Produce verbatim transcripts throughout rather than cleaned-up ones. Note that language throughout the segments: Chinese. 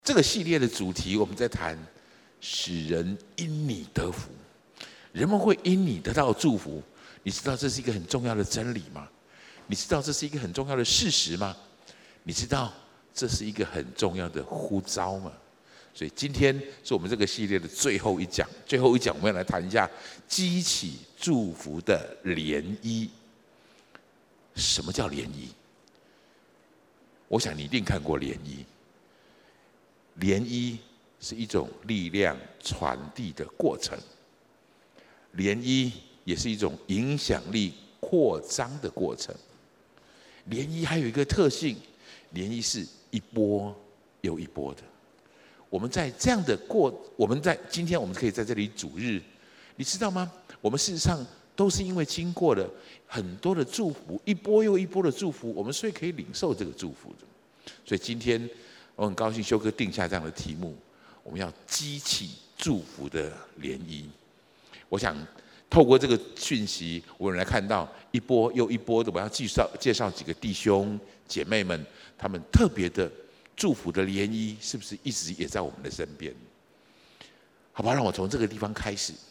这个系列的主题，我们在谈使人因你得福，人们会因你得到祝福。你知道这是一个很重要的真理吗？你知道这是一个很重要的事实吗？你知道这是一个很重要的呼召吗？所以今天是我们这个系列的最后一讲，最后一讲我们要来谈一下激起祝福的涟漪。什么叫涟漪？我想你一定看过涟漪。涟漪是一种力量传递的过程，涟漪也是一种影响力扩张的过程。涟漪还有一个特性，涟漪是一波又一波的。我们在这样的过，我们在今天我们可以在这里主日，你知道吗？我们事实上都是因为经过了很多的祝福，一波又一波的祝福，我们所以可以领受这个祝福的。所以今天我很高兴修哥定下这样的题目，我们要激起祝福的涟漪。我想透过这个讯息，我们来看到一波又一波的，我要介绍介绍几个弟兄姐妹们，他们特别的祝福的涟漪，是不是一直也在我们的身边？好吧，让我从这个地方开始。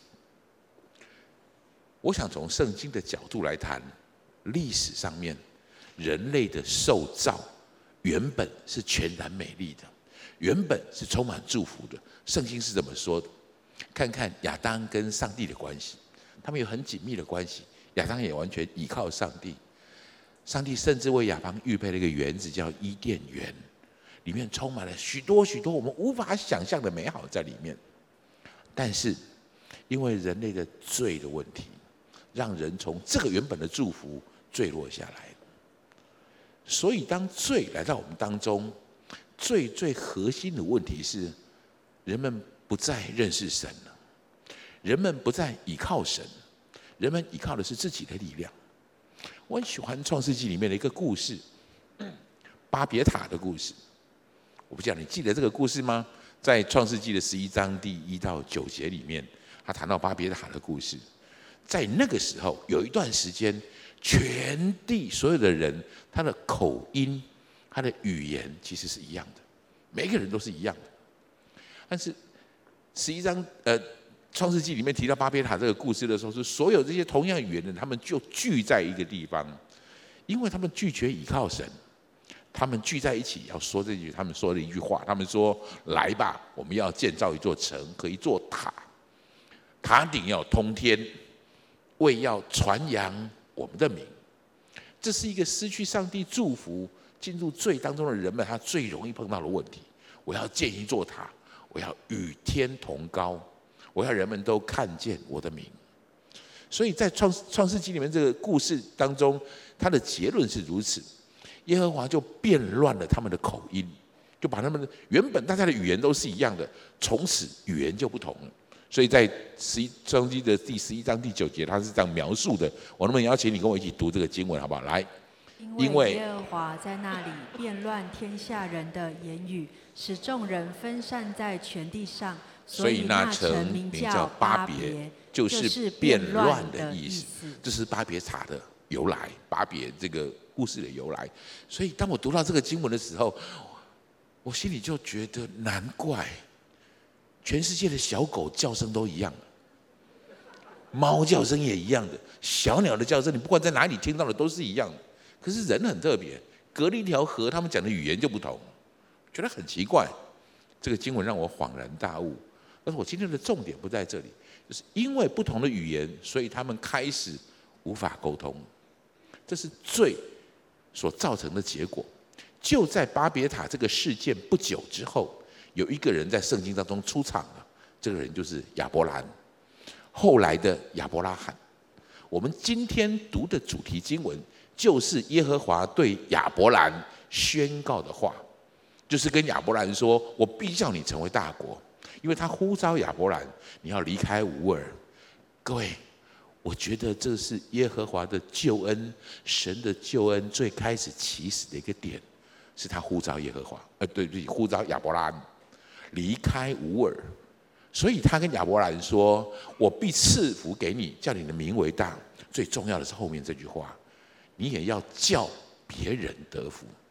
我想从圣经的角度来谈，历史上面人类的受造原本是全然美丽的，原本是充满祝福的。圣经是怎么说的？看看亚当跟上帝的关系，他们有很紧密的关系。亚当也完全依靠上帝，上帝甚至为亚当预备了一个园子，叫伊甸园，里面充满了许多许多我们无法想象的美好在里面。但是因为人类的罪的问题，让人从这个原本的祝福坠落下来。所以当罪来到我们当中，最最核心的问题是，人们不再认识神了，人们不再倚靠神，人们倚靠的是自己的力量。我很喜欢创世纪里面的一个故事，巴别塔的故事。我不知道你记得这个故事吗？在创世纪的十一章第一到九节里面，他谈到巴别塔的故事。在那个时候有一段时间，全地所有的人，他的口音，他的语言其实是一样的，每个人都是一样的。但是十一章呃创世纪里面提到巴别塔这个故事的时候，是所有这些同样语言的人，他们就聚在一个地方，因为他们拒绝倚靠神，他们聚在一起要说这句他们说的一句话，他们说：来吧，我们要建造一座城和一座塔，塔顶要通天，为要传扬我们的名。这是一个失去上帝祝福、进入罪当中的人们他最容易碰到的问题。我要建一座塔，我要与天同高，我要人们都看见我的名。所以在创创世纪里面这个故事当中，它的结论是如此：耶和华就变乱了他们的口音，就把他们的原本大家的语言都是一样的，从此语言就不同了。所以在十一创世纪的第十一章第九节，他是这样描述的。我能不能邀请你跟我一起读这个经文，好不好？来， 因为耶和华在那里变乱天下人的言语，使众人分散在全地上， 所以那城名叫巴别，就是变乱的意思。这是巴别塔的由来，巴别这个故事的由来。所以当我读到这个经文的时候，我心里就觉得难怪。全世界的小狗叫声都一样，猫叫声也一样的，小鸟的叫声，你不管在哪里听到的都是一样的。可是人很特别，隔了一条河，他们讲的语言就不同，觉得很奇怪。这个经文让我恍然大悟。但是我今天的重点不在这里，就是因为不同的语言，所以他们开始无法沟通。这是罪所造成的结果。就在巴别塔这个事件不久之后，有一个人在圣经当中出场了，这个人就是亚伯兰，后来的亚伯拉罕。我们今天读的主题经文，就是耶和华对亚伯兰宣告的话，就是跟亚伯兰说：我必叫你成为大国。因为他呼召亚伯兰，你要离开乌尔。各位，我觉得这是耶和华的救恩，神的救恩最开始起始的一个点，是他呼召耶和华，呃，对对，呼召亚伯兰离开乌尔。所以他跟亚伯兰说：我必赐福给你，叫你的名为大。最重要的是后面这句话，你也要叫别人得福。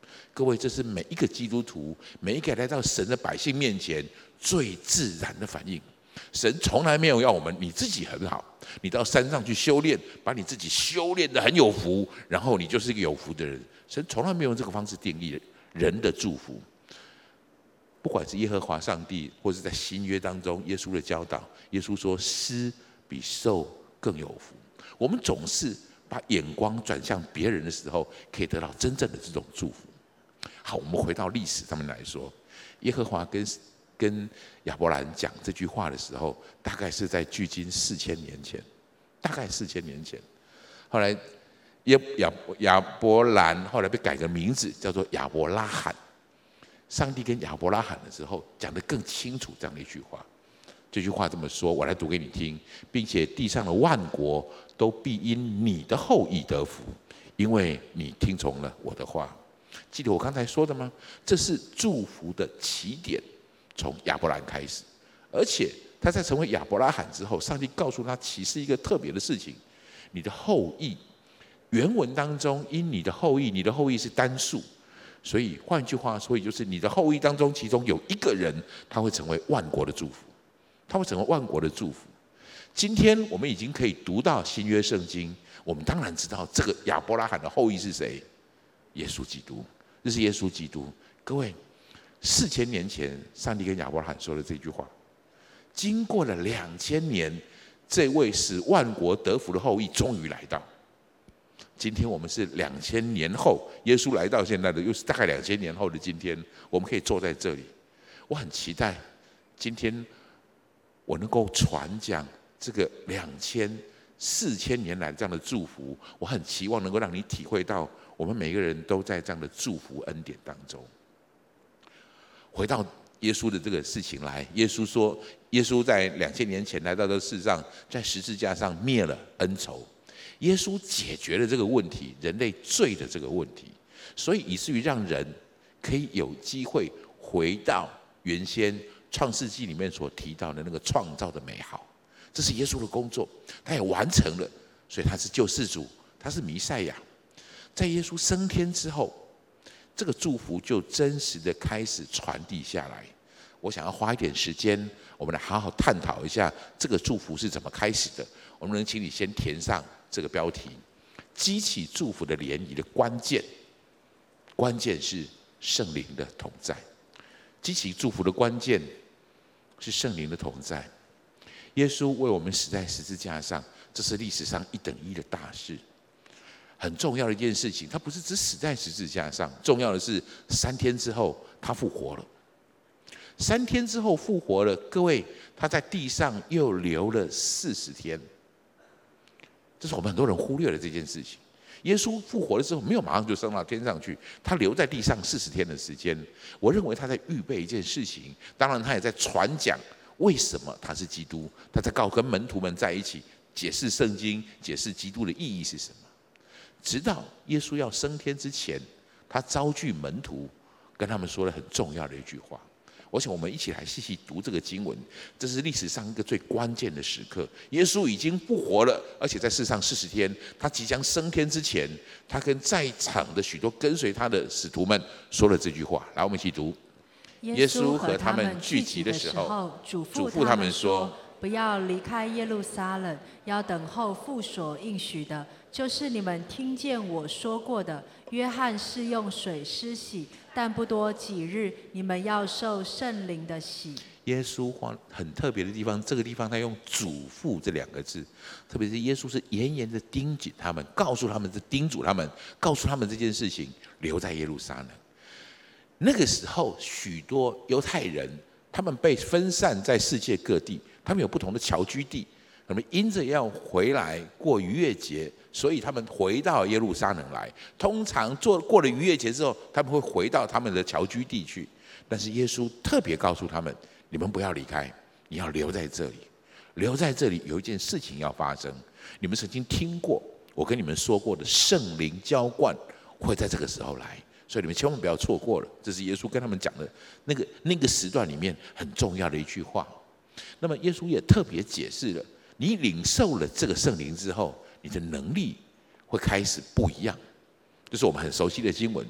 各位，这是每一个基督徒，每一个来到神的百姓面前最自然的反应。神从来没有要我们你自己很好，你到山上去修炼，把你自己修炼得很有福，然后你就是一个有福的人。神从来没有用这个方式定义人的祝福。不管是耶和华上帝，或是在新约当中耶稣的教导，耶稣说施比受更有福。我们总是把眼光转向别人的时候，可以得到真正的这种祝福。好，我们回到历史上面来说，耶和华跟跟亚伯兰讲这句话的时候，大概是在距今四千年前，大概四千年前。后来耶亚亚伯兰后来被改个名字，叫做亚伯拉罕。上帝跟亚伯拉罕的时候，讲得更清楚这样的一句话。这句话这么说，我来读给你听，并且地上的万国都必因你的后裔得福，因为你听从了我的话。记得我刚才说的吗？这是祝福的起点，从亚伯兰开始。而且他在成为亚伯拉罕之后，上帝告诉他启示一个特别的事情：你的后裔。原文当中，因你的后裔，你的后裔是单数。所以换句话说，也就是你的后裔当中，其中有一个人，他会成为万国的祝福，他会成为万国的祝福。今天我们已经可以读到新约圣经，我们当然知道这个亚伯拉罕的后裔是谁？耶稣基督，这是耶稣基督。各位，四千年前，上帝跟亚伯拉罕说的这句话，经过了两千年，这位使万国得福的后裔终于来到。今天我们是两千年后，耶稣来到现在的，又是大概两千年后的今天，我们可以坐在这里。我很期待今天我能够传讲这个两千四千年来这样的祝福。我很期望能够让你体会到，我们每个人都在这样的祝福恩典当中。回到耶稣的这个事情来，耶稣说，耶稣在两千年前来到这世上，在十字架上灭了恩仇。耶稣解决了这个问题，人类罪的这个问题，所以以至于让人可以有机会回到原先创世纪里面所提到的那个创造的美好。这是耶稣的工作，他也完成了，所以他是救世主，他是弥赛亚。在耶稣升天之后，这个祝福就真实的开始传递下来。我想要花一点时间，我们来好好探讨一下这个祝福是怎么开始的。我们能请你先填上这个标题：激起祝福的涟漪的关键，关键是圣灵的同在。激起祝福的关键是圣灵的同在。耶稣为我们死在十字架上，这是历史上一等一的大事，很重要的一件事情。他不是只死在十字架上，重要的是三天之后他复活了。三天之后复活了，各位，他在地上又留了四十天。这是我们很多人忽略了这件事情。耶稣复活了之后，没有马上就升到天上去，他留在地上四十天的时间。我认为他在预备一件事情，当然他也在传讲为什么他是基督。他在告跟门徒们在一起解释圣经，解释基督的意义是什么。直到耶稣要升天之前，他召聚门徒，跟他们说了很重要的一句话。我想我们一起来细细读这个经文，这是历史上一个最关键的时刻。耶稣已经复活了，而且在世上四十天，他即将升天之前，他跟在场的许多跟随他的使徒们说了这句话。来，我们一起读。 耶稣和他们聚集的时候，嘱咐他们说：不要离开耶路撒冷，要等候父所应许的，就是你们听见我说过的。约翰是用水施洗，但不多几日，你们要受圣灵的洗。耶稣话很特别的地方，这个地方他用嘱咐这两个字，特别是耶稣是严严的叮嘱他们，告诉他们，是叮嘱他们，告诉他们这件事情，留在耶路撒冷。那个时候，许多犹太人，他们被分散在世界各地，他们有不同的侨居地。那么因着要回来过逾越节，所以他们回到耶路撒冷来。通常做过了逾越节之后，他们会回到他们的侨居地去。但是耶稣特别告诉他们：你们不要离开，你要留在这里。留在这里有一件事情要发生。你们曾经听过我跟你们说过的圣灵浇灌会在这个时候来，所以你们千万不要错过了。这是耶稣跟他们讲的那个那个时段里面很重要的一句话。那么耶稣也特别解释了，你领受了这个圣灵之后，你的能力会开始不一样。就是我们很熟悉的经文，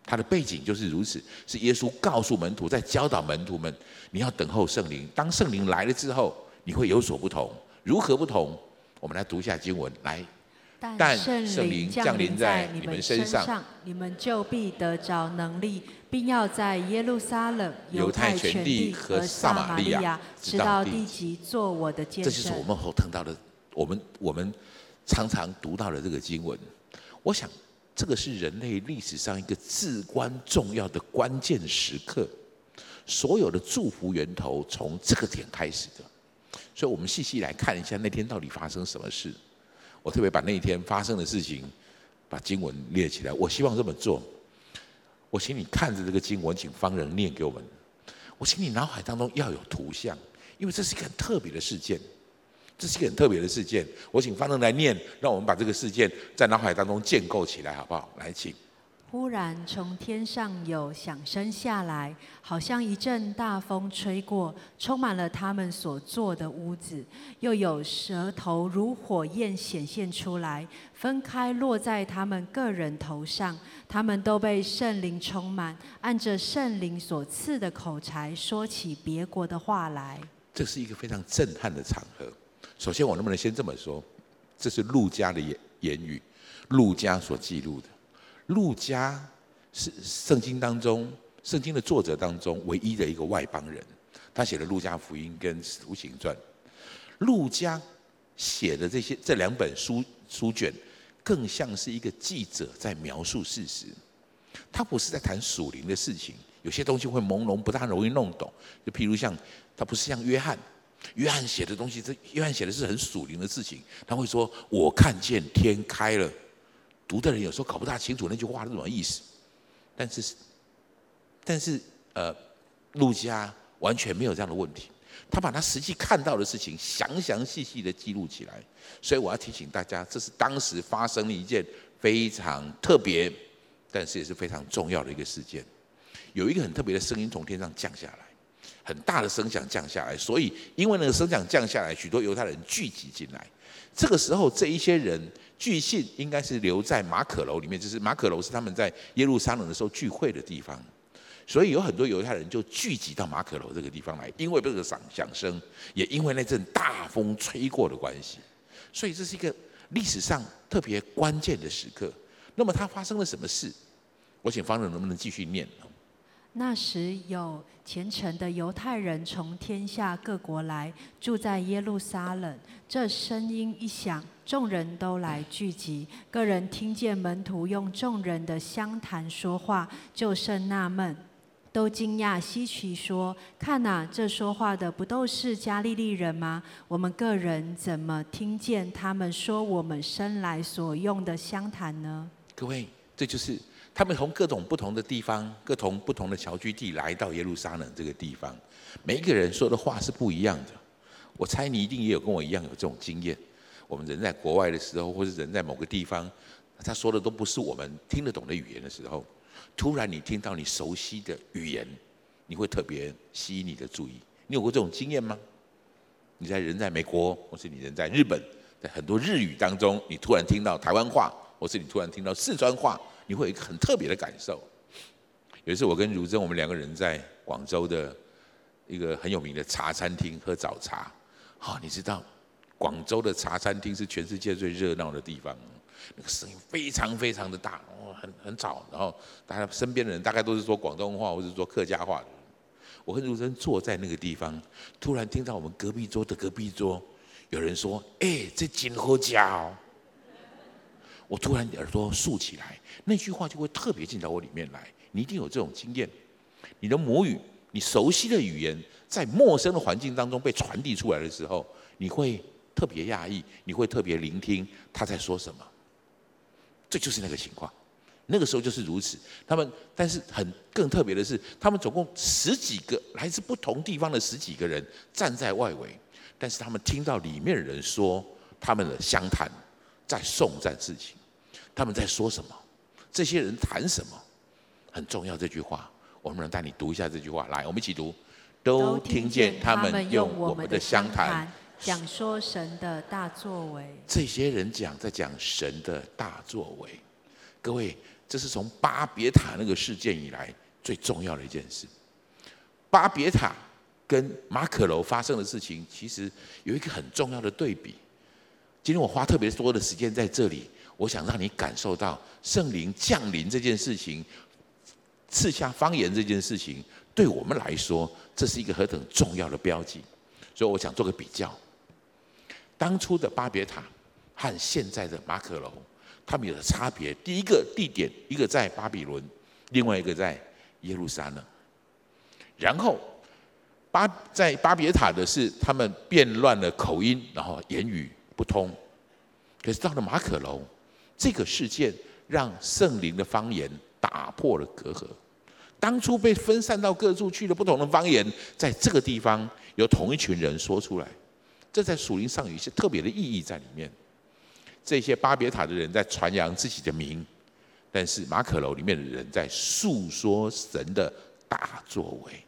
它的背景就是如此，是耶稣告诉门徒，在教导门徒们，你要等候圣灵。当圣灵来了之后，你会有所不同。如何不同？我们来读一下经文，来。 但圣灵降临在你们身上，你们就必得着能力，并要在耶路撒冷、犹太全地和撒玛利亚，直到地极，做我的见证。 这就是我们后听到的，我们我们常常读到的这个经文。我想，这个是人类历史上一个至关重要的关键时刻，所有的祝福源头从这个点开始的。所以我们细细来看一下那天到底发生什么事。我特别把那一天发生的事情，把经文列起来。我希望这么做。我请你看着这个经文，请方人念给我们。我请你脑海当中要有图像，因为这是一个很特别的事件。这是一个很特别的事件。我请方人来念，让我们把这个事件在脑海当中建构起来，好不好？来，请。 忽然从天上有响声下来，好像一阵大风吹过，充满了他们所坐的屋子。又有舌头如火焰显现出来，分开落在他们个人头上。他们都被圣灵充满，按着圣灵所赐的口才，说起别国的话来。 这是一个非常震撼的场合。首先，我能不能先这么说？这是路加的言言语，路加所记录的。路加是圣经当中，圣经的作者当中唯一的一个外邦人，他写了路加福音跟使徒行传。路加写的这些这两本书书卷，更像是一个记者在描述事实。他不是在谈属灵的事情，有些东西会朦胧，不大容易弄懂。就譬如像他不是像约翰，约翰写的东西，这约翰写的是很属灵的事情，他会说：“我看见天开了。”读的人有时候搞不大清楚那句话是什么意思，但是，但是呃，路加完全没有这样的问题，他把他实际看到的事情详详细细的记录起来。所以我要提醒大家，这是当时发生了一件非常特别，但是也是非常重要的一个事件。有一个很特别的声音从天上降下来，很大的声响降下来，所以因为那个声响降下来，许多犹太人聚集进来。这个时候，这一些人据信应该是留在马可楼里面，就是马可楼是他们在耶路撒冷的时候聚会的地方，所以有很多犹太人就聚集到马可楼这个地方来，因为这个响响声，也因为那阵大风吹过的关系，所以这是一个历史上特别关键的时刻。那么它发生了什么事？我请方人能不能继续念？ 那时有虔诚的犹太人从天下各国来，住在耶路撒冷。这声音一响，众人都来聚集。个人听见门徒用众人的相谈说话，就甚纳闷，都惊讶稀奇说：“看哪，这说话的不都是加利利人吗？我们个人怎么听见他们说我们生来所用的相谈呢？” 各位，这就是他们从各种不同的地方、各种不同的侨居地来到耶路撒冷这个地方，每一个人说的话是不一样的。我猜你一定也有跟我一样有这种经验。我们人在国外的时候，或是人在某个地方，他说的都不是我们听得懂的语言的时候，突然你听到你熟悉的语言，你会特别吸引你的注意。你有过这种经验吗？你在人在美国，或是你人在日本，在很多日语当中，你突然听到台湾话，或是你突然听到四川话，你会有一个很特别的感受。有一次我跟如珍，我们两个人在广州的一个很有名的茶餐厅喝早茶。好，你知道广州的茶餐厅是全世界最热闹的地方，那个声音非常非常的大，很很吵，然后大家身边的人大概都是说广东话或者说客家话的。我跟如珍坐在那个地方，突然听到我们隔壁桌的隔壁桌有人说：“哎、欸，这真好吃哦！”我突然耳朵竖起来，那句话就会特别进到我里面来。你一定有这种经验，你的母语，你熟悉的语言，在陌生的环境当中被传递出来的时候，你会特别讶异，你会特别聆听他在说什么。这就是那个情况，那个时候就是如此。他们，但是很更特别的是，他们总共十几个来自不同地方的十几个人站在外围，但是他们听到里面的人说他们的详谈，在颂赞事情，他们在说什么，这些人谈什么，很重要。这句话，我们能带你读一下这句话，来，我们一起读。都听见他们用我们的相谈讲说神的大作为。 这些人讲在讲神的大作为。各位， 这是从巴别塔那个事件以来最重要的一件事。巴别塔跟马可楼发生的事情，其实有一个很重要的对比。今天我花特别多的时间在这里，我想让你感受到圣灵降临这件事情，赐下方言这件事情，对我们来说，这是一个何等重要的标记。所以我想做个比较，当初的巴别塔和现在的马可楼，他们有的差别。第一个地点，一个在巴比伦，另外一个在耶路撒冷。然后巴在巴别塔的是他们变乱了口音，然后言语不通。可是到了马可楼，这个事件让圣灵的方言打破了隔阂。当初被分散到各处去的不同的方言，在这个地方由同一群人说出来，这在属灵上有一些特别的意义在里面。这些巴别塔的人在传扬自己的名，但是马可楼里面的人在诉说神的大作为。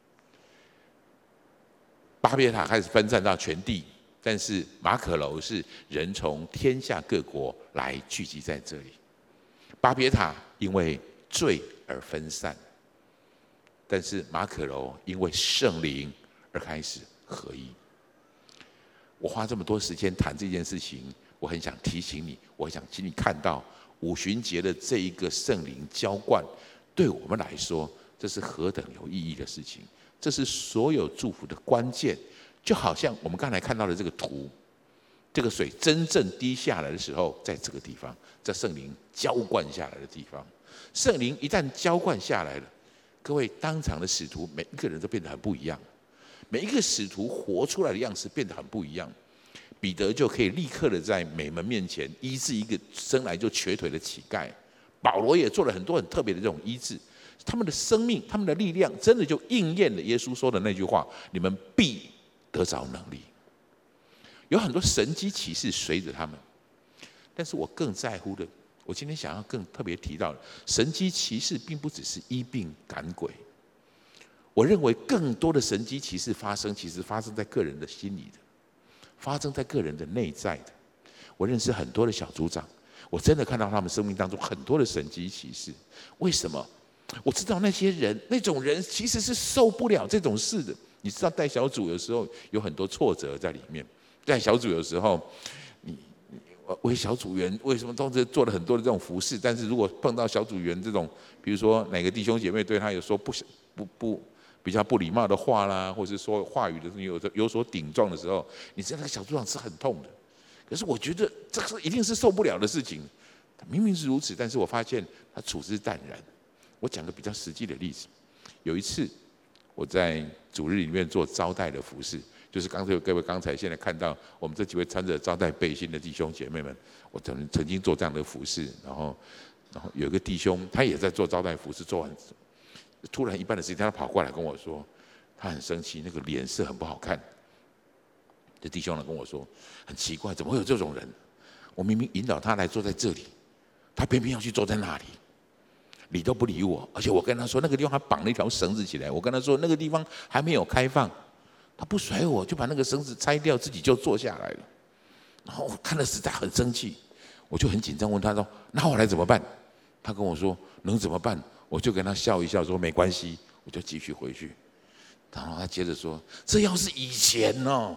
巴别塔开始分散到全地，但是马可楼是人从天下各国来聚集在这里。巴别塔因为罪而分散，但是马可楼因为圣灵而开始合一。我花这么多时间谈这件事情，我很想提醒你，我想请你看到五旬节的这一个圣灵浇灌，对我们来说，这是何等有意义的事情。这是所有祝福的关键，就好像我们刚才看到的这个图，这个水真正滴下来的时候，在这个地方，在圣灵浇灌下来的地方。圣灵一旦浇灌下来了，各位当场的使徒每一个人都变得很不一样，每一个使徒活出来的样式变得很不一样。彼得就可以立刻的在美门面前医治一个生来就瘸腿的乞丐，保罗也做了很多很特别的这种医治。他们的生命，他们的力量，真的就应验了耶稣说的那句话：你们必得着能力。有很多神迹奇事随着他们，但是我更在乎的，我今天想要更特别提到的，神迹奇事并不只是医病赶鬼。我认为更多的神迹奇事发生，其实发生在个人的心里的，发生在个人的内在的。我认识很多的小组长，我真的看到他们生命当中很多的神迹奇事。为什么？我知道那些人，那种人其实是受不了这种事的。你知道带小组有时候有很多挫折在里面，带小组有时候你为小组员为什么都是做了很多的这种服事，但是如果碰到小组员这种，比如说哪个弟兄姐妹对他有说不不不比较不礼貌的话啦，或者是说话语的时候有有所顶撞的时候，你知道那个小组长是很痛的。可是我觉得这个一定是受不了的事情，明明是如此，但是我发现他处之淡然。我讲个比较实际的例子，有一次我在主日里面做招待的服事，就是刚才各位刚才现在看到我们这几位穿着招待背心的弟兄姐妹们，我曾曾经做这样的服事，然后然后有一个弟兄他也在做招待服事，做完突然一半的时间他跑过来跟我说，他很生气，那个脸色很不好看。这弟兄呢跟我说，很奇怪，怎么会有这种人？我明明引导他来坐在这里，他偏偏要去坐在那里。理都不理我，而且我跟他说那个地方还绑了一条绳子起来，我跟他说那个地方还没有开放，他不甩我，就把那个绳子拆掉，自己就坐下来了。然后我看了实在很生气，我就很紧张，问他说：“那后来怎么办？”他跟我说：“能怎么办？”我就跟他笑一笑，说：“没关系。”我就继续回去。然后他接着说：“这要是以前哦。”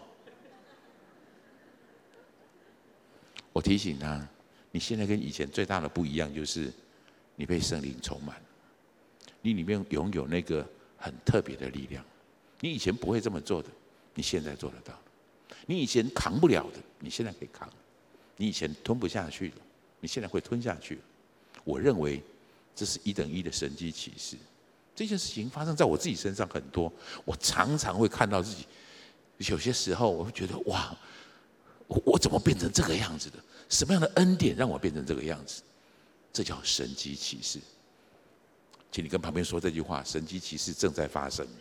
我提醒他：“你现在跟以前最大的不一样就是。”你被圣灵充满，你里面拥有那个很特别的力量。你以前不会这么做的，你现在做得到。你以前扛不了的，你现在可以扛。你以前吞不下去的，你现在会吞下去。我认为这是一等一的神迹奇事。这件事情发生在我自己身上很多，我常常会看到自己，有些时候我会觉得哇，我我怎么变成这个样子的？什么样的恩典让我变成这个样子？这叫神迹奇事，请你跟旁边说这句话：神迹奇事正在发生。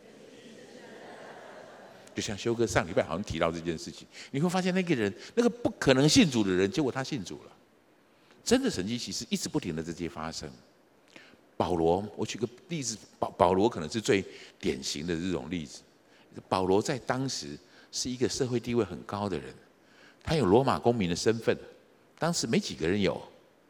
就像修哥上礼拜好像提到这件事情，你会发现那个人，那个不可能信主的人，结果他信主了。真的神迹奇事一直不停的在这些发生。保罗，我举个例子，保保罗可能是最典型的这种例子。保罗在当时是一个社会地位很高的人，他有罗马公民的身份，当时没几个人有。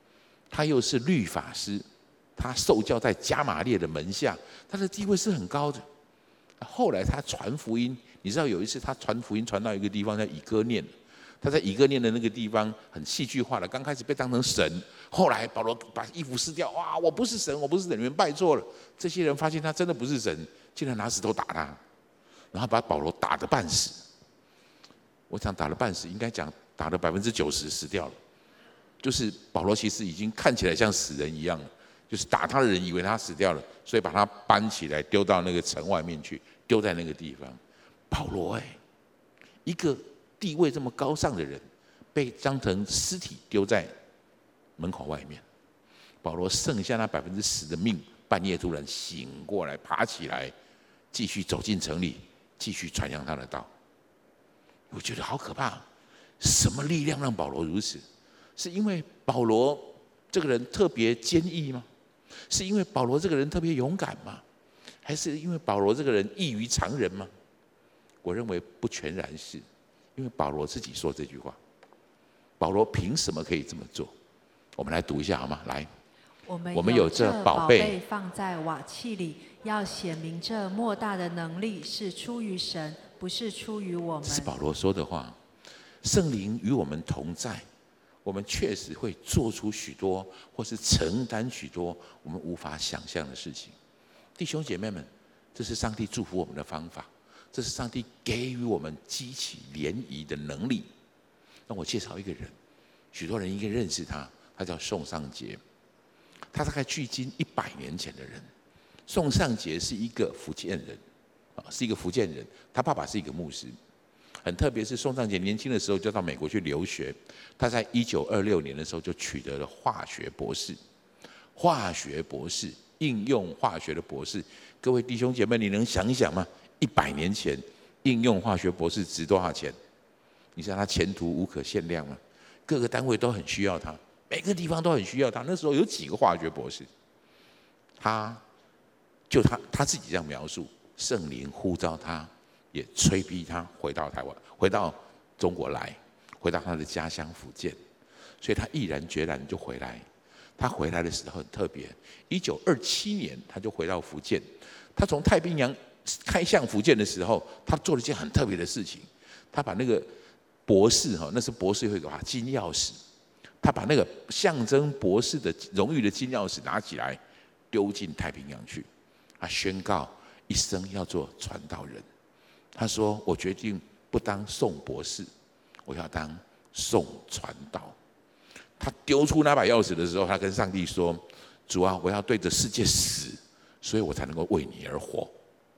他又是律法师，他受教在加玛列的门下，他的地位是很高的。后来他传福音，你知道有一次他传福音传到一个地方叫以哥念，他在以哥念的那个地方很戏剧化的，刚开始被当成神，后来保罗把衣服撕掉，哇，我不是神，我不是神，你们拜错了。这些人发现他真的不是神，竟然拿石头打他，然后把保罗打得半死。我想打了半死，应该讲打了百分之九十死掉了。就是保罗其实已经看起来像死人一样了，就是打他的人以为他死掉了，所以把他搬起来丢到那个城外面去，丢在那个地方。保罗哎，一个地位这么高尚的人，被当成尸体丢在门口外面。保罗剩下那百分之十的命，半夜突然醒过来，爬起来，继续走进城里，继续传扬他的道。我觉得好可怕，什么力量让保罗如此？是因为保罗这个人特别坚毅吗？是因为保罗这个人特别勇敢吗？还是因为保罗这个人异于常人吗？我认为不全然是，因为保罗自己说这句话。保罗凭什么可以这么做？我们来读一下好吗？来， 我们有这宝贝放在瓦器里，要显明这莫大的能力是出于神，不是出于我们。 这是保罗说的话。圣灵与我们同在，我们确实会做出许多，或是承担许多我们无法想象的事情。弟兄姐妹们，这是上帝祝福我们的方法，这是上帝给予我们激起涟漪的能力。让我介绍一个人，许多人应该认识他，他叫宋尚节。他大概距今一百年前的人。宋尚节是一个福建人，是一个福建人，他爸爸是一个牧师。很特别是宋尚节年轻的时候就到美国去留学，他在一九二六年的时候就取得了化学博士。化学博士，应用化学的博士，各位弟兄姐妹，你能想一想吗？一百年前，应用化学博士值多少钱？你知道他前途无可限量吗？各个单位都很需要他，每个地方都很需要他。那时候有几个化学博士，他就他他自己这样描述：圣灵呼召他。也催逼他回到台湾，回到中国来，回到他的家乡福建，所以他毅然决然就回来。他回来的时候很特别，一九二七年他就回到福建。他从太平洋开向福建的时候，他做了一件很特别的事情，他把那个博士哈，那是博士会给他金钥匙，他把那个象征博士的荣誉的金钥匙拿起来，丢进太平洋去。他宣告一生要做传道人。他说：“我决定不当宋博士，我要当宋传道。”他丢出那把钥匙的时候，他跟上帝说：“主啊，我要对着世界死，所以我才能够为你而活。”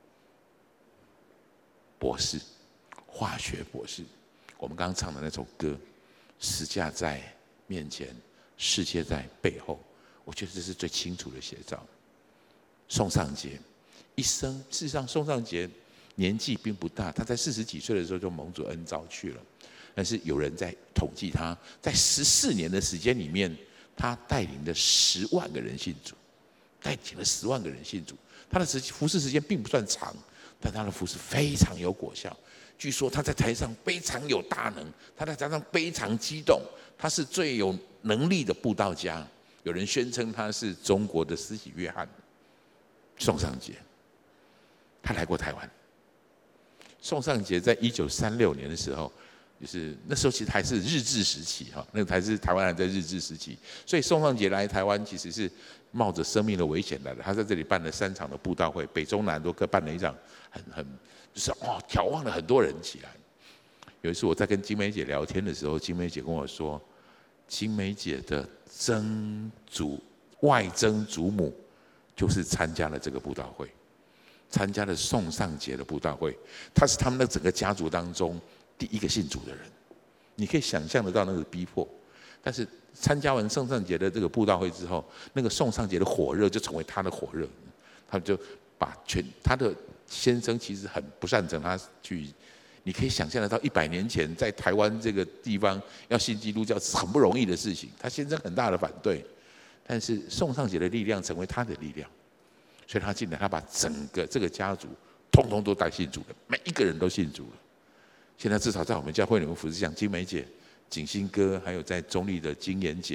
博士，化学博士，我们刚刚唱的那首歌，十架在面前，世界在背后，我觉得这是最清楚的写照。宋尚节一生，事实上，宋尚节年纪并不大，他在四十几岁的时候就蒙主恩召去了。但是有人在统计他，在十四年的时间里面，他带领了十万个人信主，带领了十万个人信主。他的服事时间并不算长，但他的服事非常有果效。据说他在台上非常有大能，他在台上非常激动，他是最有能力的布道家。有人宣称他是中国的施洗约翰。宋尚节，他来过台湾。宋尚节在一九三六年的时候，就是那时候其实还是日治时期哈，那个还是台湾还在日治时期，所以宋尚节来台湾其实是冒着生命的危险来的。他在这里办了三场的布道会，北中南都各办了一场，很很就是哇，挑旺了很多人起来。有一次我在跟金梅姐聊天的时候，金梅姐跟我说，金梅姐的曾祖外曾祖母就是参加了这个布道会。参加了宋尚节的布道会，他是他们那整个家族当中第一个信主的人，你可以想象得到那个逼迫。但是参加完宋尚节的这个布道会之后，那个宋尚节的火热就成为他的火热，他就把全他的先生其实很不赞成他去，你可以想象得到一百年前在台湾这个地方要信基督教是很不容易的事情，他先生很大的反对，但是宋尚节的力量成为他的力量。所以他进来，他把整个这个家族通通都带信主了，每一个人都信主了。现在至少在我们教会里面服侍，像金梅姐、景新哥，还有在中立的金妍姐，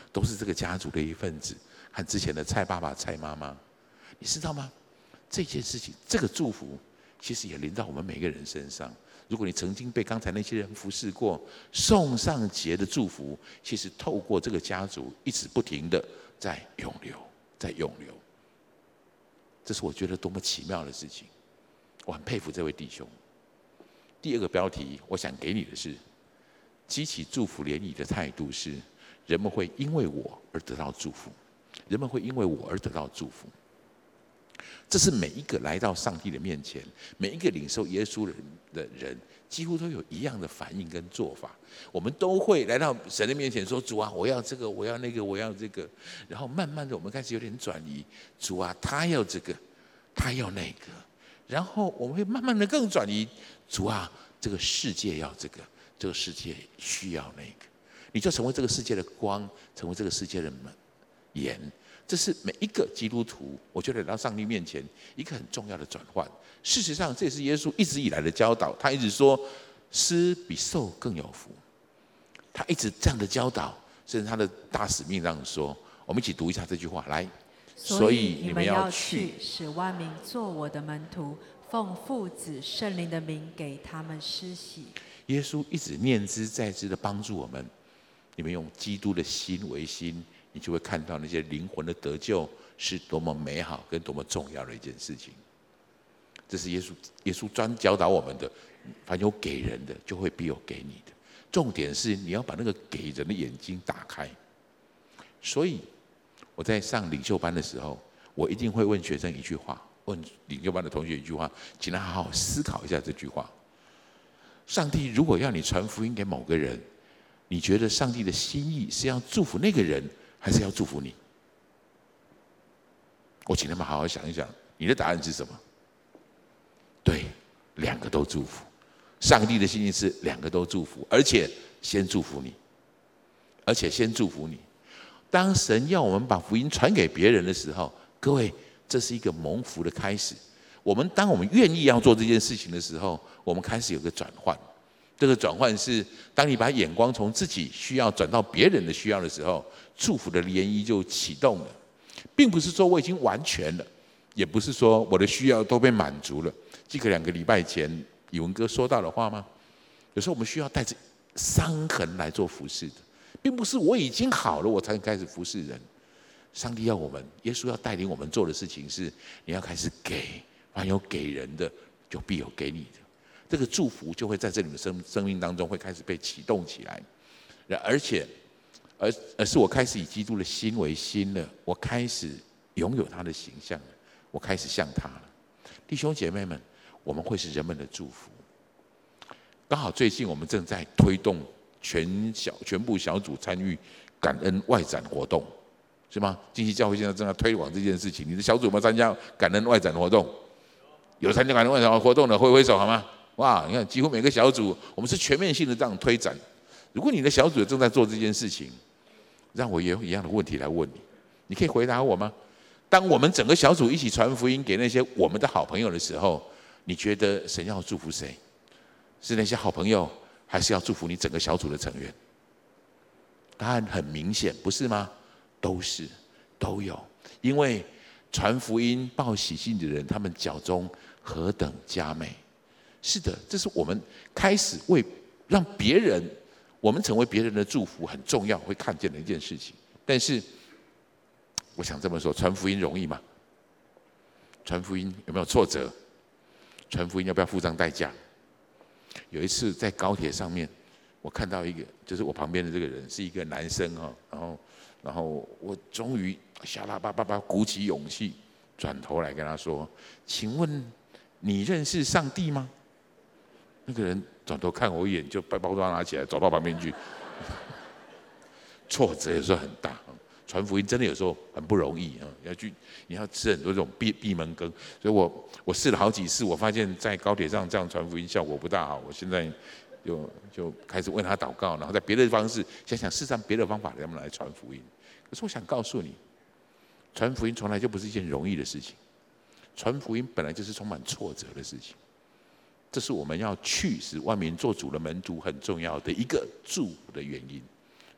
都是这个家族的一份子，和之前的蔡爸爸、蔡妈妈，你知道吗？这件事情，这个祝福，其实也临到我们每个人身上。如果你曾经被刚才那些人服侍过，送上节的祝福，其实透过这个家族，一直不停的在涌流，在涌流。这是我觉得多么奇妙的事情，我很佩服这位弟兄。第二个标题，我想给你的是，激起祝福涟漪的态度是，人们会因为我而得到祝福，人们会因为我而得到祝福。这是每一个来到上帝的面前，每一个领受耶稣的人，几乎都有一样的反应跟做法。我们都会来到神的面前说：“主啊，我要这个，我要那个，我要这个。”然后慢慢的，我们开始有点转移：“主啊，他要这个，他要那个。”然后我们会慢慢的更转移：“主啊，这个世界要这个，这个世界需要那个。”你就成为这个世界的光，成为这个世界的盐。这是每一个基督徒，我觉得来到上帝面前一个很重要的转换。事实上，这也是耶稣一直以来的教导。他一直说，施比受更有福。他一直这样的教导，甚至他的大使命这样说。我们一起读一下这句话，来。 所以你们要去，使万民做我的门徒，奉父子圣灵的名给他们施洗。 耶稣一直念之在之的帮助我们。你们用基督的心为心，你就会看到那些灵魂的得救是多么美好跟多么重要的一件事情。这是耶稣耶稣专教导我们的，凡有给人的，就会必有给你的。重点是你要把那个给人的眼睛打开。所以我在上领袖班的时候，我一定会问学生一句话，问领袖班的同学一句话，请他好好思考一下这句话：上帝如果要你传福音给某个人，你觉得上帝的心意是要祝福那个人，还是要祝福你？我请他们好好想一想，你的答案是什么？对，两个都祝福。上帝的心意是两个都祝福，而且先祝福你，而且先祝福你。当神要我们把福音传给别人的时候，各位，这是一个蒙福的开始。我们当我们愿意要做这件事情的时候，我们开始有个转换。这个转换是，当你把眼光从自己需要转到别人的需要的时候，祝福的涟漪就启动了。并不是说我已经完全了，也不是说我的需要都被满足了。记得两个礼拜前以文哥说到的话吗？有时候我们需要带着伤痕来做服事的，并不是我已经好了我才能开始服事人。上帝要我们，耶稣要带领我们做的事情是，你要开始给，凡有给人的，就必有给你的。这个祝福就会在这里的生生命当中会开始被启动起来，而且，而而是我开始以基督的心为心了，我开始拥有他的形象了，我开始像他了。弟兄姐妹们，我们会是人们的祝福。刚好最近我们正在推动全小全部小组参与感恩外展活动，是吗？金禧教会现在正在推广这件事情。你的小组有没有参加感恩外展活动？有参加感恩外展活动的挥挥手好吗？哇，你看，几乎每个小组，我们是全面性的这样推展。如果你的小组正在做这件事情，让我也有一样的问题来问你，你可以回答我吗？当我们整个小组一起传福音给那些我们的好朋友的时候，你觉得神要祝福谁？是那些好朋友，还是要祝福你整个小组的成员？答案很明显，不是吗？都是，都有。因为传福音、报喜信的人，他们脚中何等佳美。是的，这是我们开始为让别人，我们成为别人的祝福很重要，会看见的一件事情。但是，我想这么说，传福音容易吗？传福音有没有挫折？传福音要不要付上代价？有一次在高铁上面，我看到一个，就是我旁边的这个人是一个男生哈，然后，然后我终于吓啦吧吧吧鼓起勇气，转头来跟他说：“请问你认识上帝吗？”那个人转头看我一眼，就把包装拿起来，走到旁边去。挫折有时候很大，传福音真的有时候很不容易啊！要去，你要吃很多这种闭闭门羹。所以我我试了好几次，我发现在高铁上这样传福音效果不大好。我现在就就开始为他祷告，然后在别的方式想想试上别的方法，让他们来传福音。可是我想告诉你，传福音从来就不是一件容易的事情，传福音本来就是充满挫折的事情。这是我们要去使万民做主的门徒很重要的一个祝福的原因。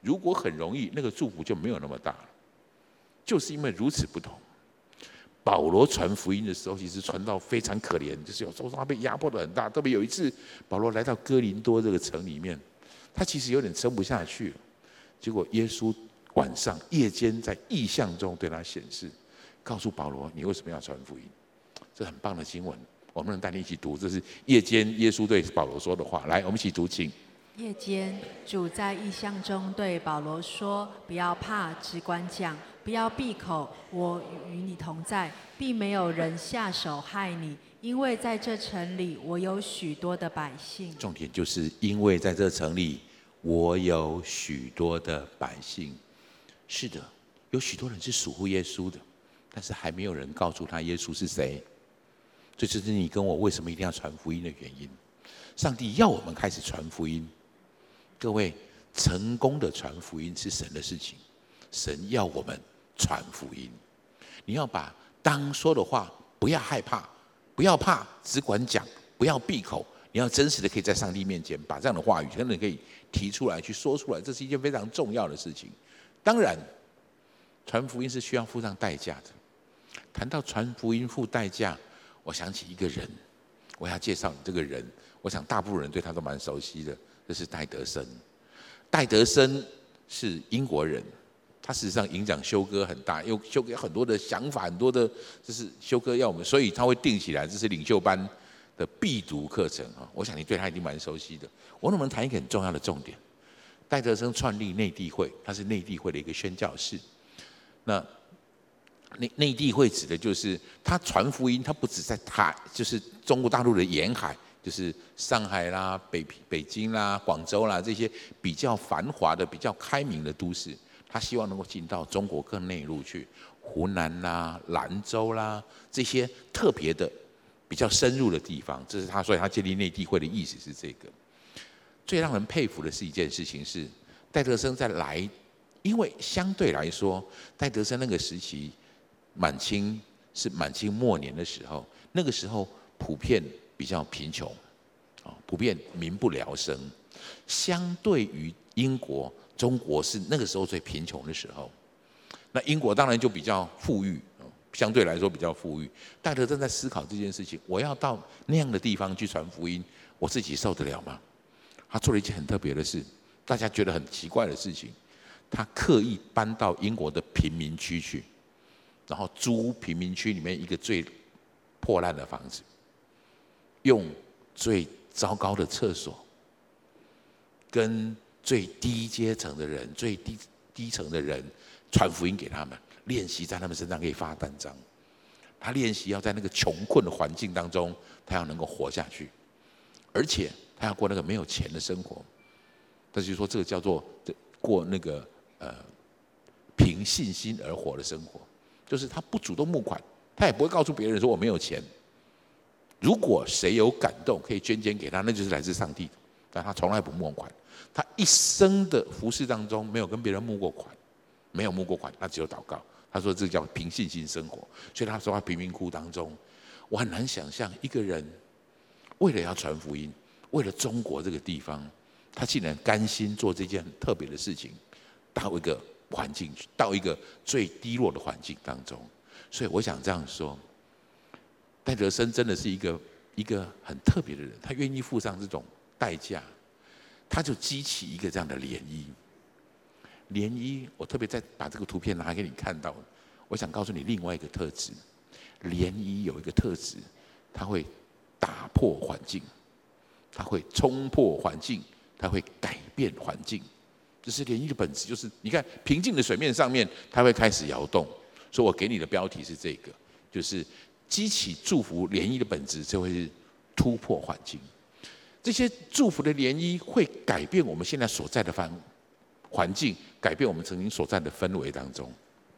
如果很容易，那个祝福就没有那么大了。就是因为如此不同，保罗传福音的时候，其实传到非常可怜，就是有时候他被压迫得很大。特别有一次，保罗来到哥林多这个城里面，他其实有点撑不下去了。结果耶稣晚上夜间在异象中对他显示，告诉保罗：“你为什么要传福音？”这很棒的经文，我们能带你一起读。这是夜间耶稣对保罗说的话。来，我们一起读，请。 夜间，主在异象中对保罗说：“不要怕，只管讲，不要闭口。我与你同在，并没有人下手害你，因为在这城里我有许多的百姓。” 重点就是因为在这城里我有许多的百姓。是的，有许多人是属乎耶稣的，但是还没有人告诉他耶稣是谁。这就是你跟我为什么一定要传福音的原因。上帝要我们开始传福音。各位，成功的传福音是神的事情，神要我们传福音。你要把当说的话不要害怕，不要怕，只管讲，不要闭口。你要真实的可以在上帝面前把这样的话语真的可以提出来，去说出来，这是一件非常重要的事情。当然，传福音是需要付上代价的。谈到传福音付代价，我想起一个人，我要介绍你这个人，我想大部分人对他都蛮熟悉的。这是戴德生。戴德生是英国人，他事实上影响修哥很大，因为修哥有很多的想法，很多的就是修哥要我们，所以他会定起来，这是领袖班的必读课程啊。我想你对他一定蛮熟悉的。我能不能谈一个很重要的重点？戴德生创立内地会，他是内地会的一个宣教士。那内内地会指的就是他传福音，他不只在他就是中国大陆的沿海。就是上海啦、北北京啦、广州啦这些比较繁华的、比较开明的都市，他希望能够进到中国更内陆去，湖南啦、兰州啦这些特别的、比较深入的地方。这是他，所以他建立内地会的意思是这个。最让人佩服的是一件事情是，戴德生在来，因为相对来说，戴德生那个时期，满清是满清末年的时候，那个时候普遍比较贫穷，普遍民不聊生。相对于英国，中国是那个时候最贫穷的时候。那英国当然就比较富裕，相对来说比较富裕。戴德生在思考这件事情：我要到那样的地方去传福音，我自己受得了吗？他做了一件很特别的事，大家觉得很奇怪的事情。他刻意搬到英国的贫民区去，然后租贫民区里面一个最破烂的房子。用最糟糕的厕所，跟最低阶层的人、最低低层的人传福音给他们，练习在他们身上可以发单张。他练习要在那个穷困的环境当中，他要能够活下去，而且他要过那个没有钱的生活。他就说这个叫做过那个呃凭信心而活的生活，就是他不主动募款，他也不会告诉别人说我没有钱。如果谁有感动可以捐钱给他，那就是来自上帝的，但他从来不募款。他一生的服事当中没有跟别人募过款，没有募过款，他只有祷告。他说这叫凭信心生活。所以他说他贫民窟当中，我很难想象一个人为了要传福音，为了中国这个地方，他竟然甘心做这件很特别的事情，到一个环境，到一个最低落的环境当中。所以我想这样说。戴德生真的是一个一个很特别的人，他愿意付上这种代价，他就激起一个这样的涟漪。涟漪，我特别再把这个图片拿给你看到，我想告诉你另外一个特质。涟漪有一个特质，它会打破环境，它会冲破环境，它会改变环境。这是涟漪的本质，就是你看平静的水面上面，它会开始摇动。所以我给你的标题是这个，就是激起祝福涟漪的本质，就会是突破环境。这些祝福的涟漪会改变我们现在所在的环环境，改变我们曾经所在的氛围当中。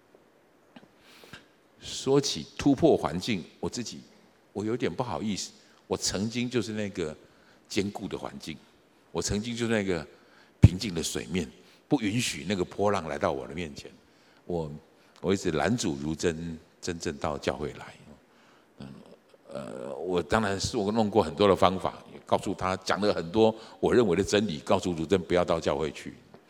说起突破环境，我自己我有点不好意思，我曾经就是那个坚固的环境，我曾经就是那个平静的水面，不允许那个波浪来到我的面前。我我一直拦阻如真真正到教会来。呃，我当然是我弄过很多的方法，也告诉他讲了很多我认为的真理，告诉如真不要到教会去。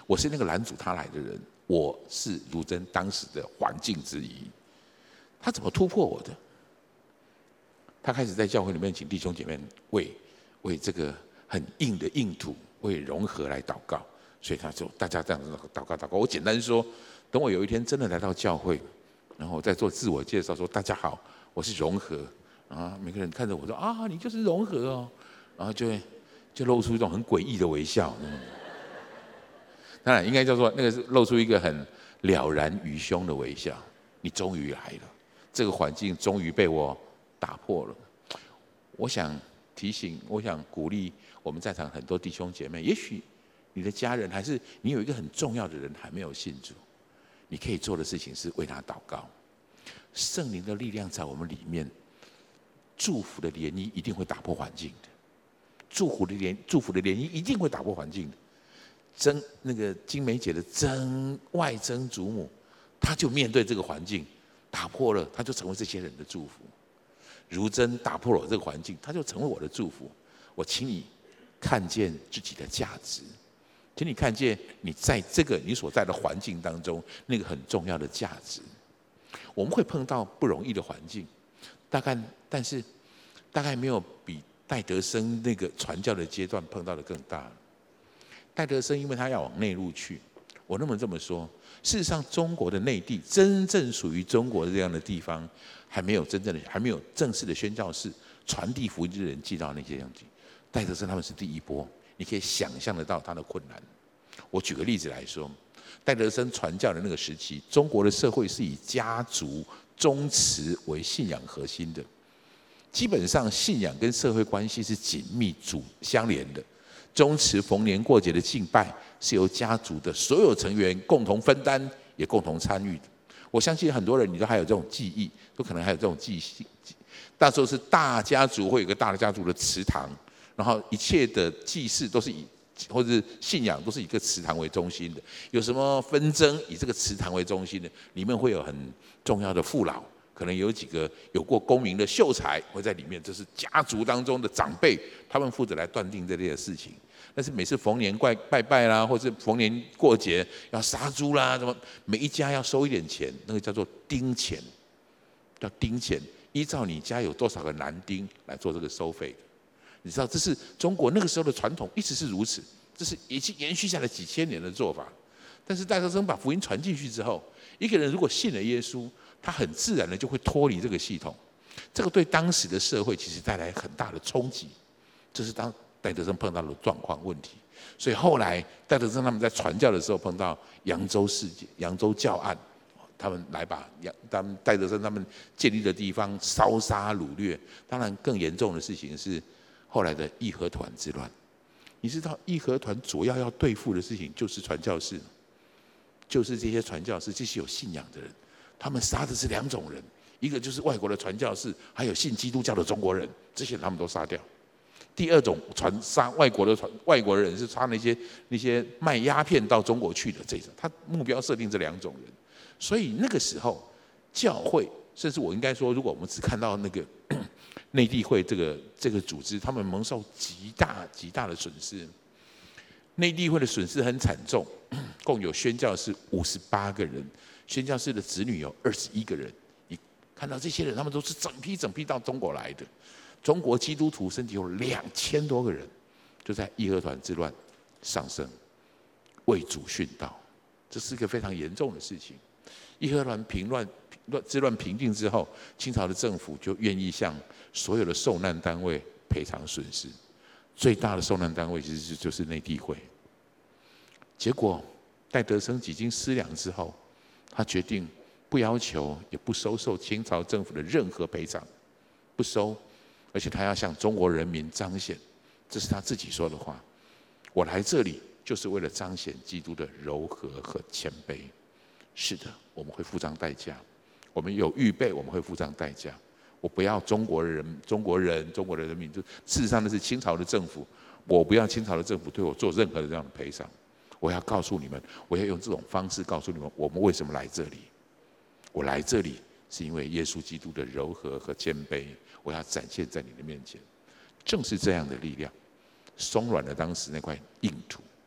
我是那个拦阻他来的人，我是如真当时的环境之一。他怎么突破我的？他开始在教会里面请弟兄姐妹为为这个很硬的硬土为融合来祷告，所以他就大家这样子祷告祷告。我简单说，等我有一天真的来到教会，然后再做自我介绍说大家好，我是融合啊，每个人看着我说啊，你就是融合哦，然后就会就露出一种很诡异的微笑。当然应该叫做那个是露出一个很了然于胸的微笑。你终于来了，这个环境终于被我打破了。我想提醒，我想鼓励我们在场很多弟兄姐妹，也许你的家人还是你有一个很重要的人还没有信主，你可以做的事情是为他祷告。圣灵的力量在我们里面，祝福的涟漪一定会打破环境的，祝福的涟祝福的涟漪一定会打破环境的。曾那个金梅姐的曾外曾祖母，她就面对这个环境，打破了，她就成为这些人的祝福。如真打破了我这个环境，她就成为我的祝福。我请你看见自己的价值，请你看见你在这个你所在的环境当中那个很重要的价值。我们会碰到不容易的环境，大概但是大概没有比戴德生那个传教的阶段碰到的更大。戴德生因为他要往内陆去，我那么这么说，事实上中国的内地真正属于中国的这样的地方，还没有真正的还没有正式的宣教士传递福音的人进到那些地方去。戴德生他们是第一波，你可以想象得到他的困难。我举个例子来说，戴德生传教的那个时期，中国的社会是以家族宗祠为信仰核心的，基本上信仰跟社会关系是紧密主相连的。宗祠逢年过节的敬拜是由家族的所有成员共同分担，也共同参与的。我相信很多人你都还有这种记忆，都可能还有这种记忆。那时候是大家族会有一个大的家族的祠堂，然后一切的祭祀都是以或者是信仰都是以一个祠堂为中心的。有什么纷争，以这个祠堂为中心的，里面会有很重要的父老，可能有几个有过功名的秀才会在里面，这是家族当中的长辈，他们负责来断定这类的事情。但是每次逢年拜拜拜啦，或是逢年过节要杀猪啦，什么每一家要收一点钱，那个叫做丁钱，叫丁钱，依照你家有多少个男丁来做这个收费的。你知道这是中国那个时候的传统，一直是如此，这是已经延续下来几千年的做法。但是戴德生把福音传进去之后，一个人如果信了耶稣，他很自然的就会脱离这个系统，这个对当时的社会其实带来很大的冲击，这是当戴德生碰到的状况问题。所以后来戴德生他们在传教的时候碰到扬州事件、扬州教案，他们来把他们戴德生他们建立的地方烧杀掳掠。当然更严重的事情是后来的义和团之乱。你知道义和团主要要对付的事情就是传教士，就是这些传教士，这些有信仰的人。他们杀的是两种人，一个就是外国的传教士，还有信基督教的中国人，这些人他们都杀掉。第二种传杀外国的传外国人是杀那些那些卖鸦片到中国去的这种，他目标设定这两种人。所以那个时候教会，甚至我应该说，如果我们只看到那个内地会这个这个组织，他们蒙受极大极大的损失。内地会的损失很惨重，共有宣教士五十八个人，宣教士的子女有二十一个人。你看到这些人，他们都是整批整批到中国来的。中国基督徒甚至有两千多个人，就在义和团之乱上升，为主殉道，这是一个非常严重的事情。义和团平乱之乱平定之后，清朝的政府就愿意向所有的受难单位赔偿损失，最大的受难单位其实就是内地会。结果戴德生几经思量之后，他决定不要求也不收受清朝政府的任何赔偿，不收，而且他要向中国人民彰显，这是他自己说的话，我来这里就是为了彰显基督的柔和和谦卑。是的，我们会付上代价，我们有预备，我们会付上代价。我不要中国人、中国人、中国的人民，就事实上那是清朝的政府，我不要清朝的政府对我做任何的这样的赔偿。我要告诉你们，我要用这种方式告诉你们，我们为什么来这里。我来这里是因为耶稣基督的柔和和谦卑，我要展现在你的面前。正是这样的力量，松软了当时那块硬土，